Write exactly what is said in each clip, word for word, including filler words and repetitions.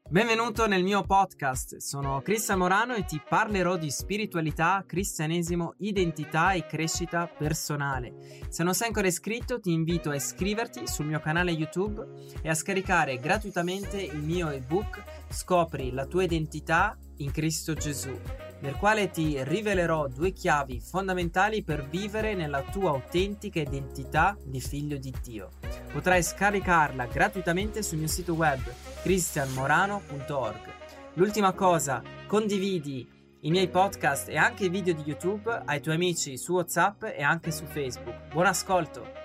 Benvenuto nel mio podcast, sono Cristian Morano e ti parlerò di spiritualità, cristianesimo, identità e crescita personale. Se non sei ancora iscritto ti invito a iscriverti sul mio canale YouTube e a scaricare gratuitamente il mio ebook Scopri la tua identità in Cristo Gesù, nel quale ti rivelerò due chiavi fondamentali per vivere nella tua autentica identità di figlio di Dio. Potrai scaricarla gratuitamente sul mio sito web cristian morano punto org. L'ultima cosa, condividi i miei podcast e anche i video di YouTube ai tuoi amici su WhatsApp e anche su Facebook. Buon ascolto!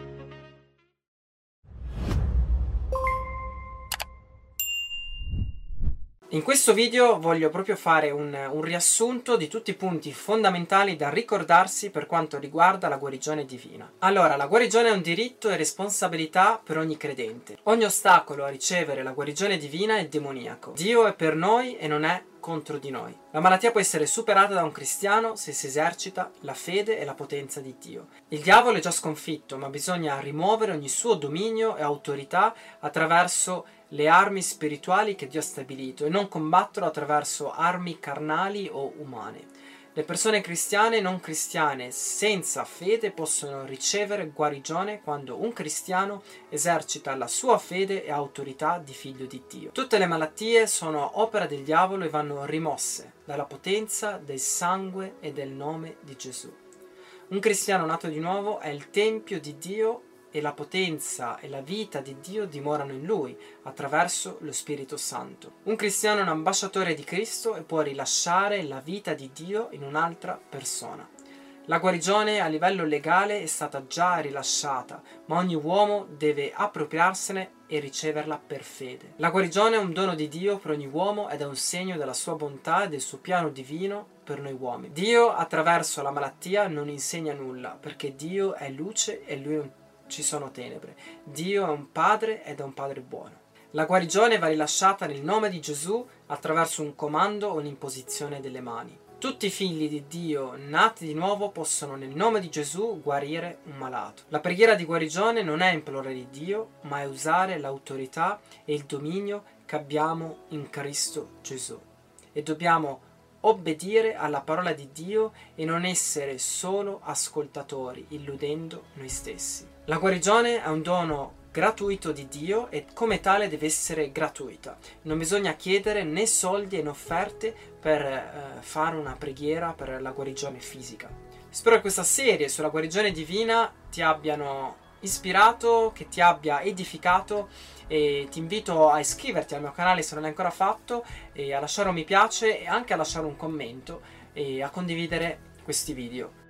In questo video voglio proprio fare un, un riassunto di tutti i punti fondamentali da ricordarsi per quanto riguarda la guarigione divina. Allora, la guarigione è un diritto e responsabilità per ogni credente. Ogni ostacolo a ricevere la guarigione divina è demoniaco. Dio è per noi e non è contro di noi. La malattia può essere superata da un cristiano se si esercita la fede e la potenza di Dio. Il diavolo è già sconfitto, ma bisogna rimuovere ogni suo dominio e autorità attraverso le armi spirituali che Dio ha stabilito e non combatterlo attraverso armi carnali o umane. Le persone cristiane e non cristiane senza fede possono ricevere guarigione quando un cristiano esercita la sua fede e autorità di figlio di Dio. Tutte le malattie sono opera del diavolo e vanno rimosse dalla potenza del sangue e del nome di Gesù. Un cristiano nato di nuovo è il tempio di Dio e la potenza e la vita di Dio dimorano in lui attraverso lo Spirito Santo. Un cristiano è un ambasciatore di Cristo e può rilasciare la vita di Dio in un'altra persona. La guarigione a livello legale è stata già rilasciata, ma ogni uomo deve appropriarsene e riceverla per fede. La guarigione è un dono di Dio per ogni uomo ed è un segno della sua bontà e del suo piano divino per noi uomini. Dio attraverso la malattia non insegna nulla, perché Dio è luce e lui non ci sono tenebre. Dio è un padre ed è un padre buono. La guarigione va rilasciata nel nome di Gesù attraverso un comando o un'imposizione delle mani. Tutti i figli di Dio nati di nuovo possono nel nome di Gesù guarire un malato. La preghiera di guarigione non è implorare Dio, ma è usare l'autorità e il dominio che abbiamo in Cristo Gesù. E dobbiamo obbedire alla parola di Dio e non essere solo ascoltatori, illudendo noi stessi. La guarigione è un dono gratuito di Dio e come tale deve essere gratuita. Non bisogna chiedere né soldi né offerte per eh, fare una preghiera per la guarigione fisica. Spero che questa serie sulla guarigione divina ti abbiano ispirato, che ti abbia edificato, e ti invito a iscriverti al mio canale se non l'hai ancora fatto, e a lasciare un mi piace e anche a lasciare un commento e a condividere questi video.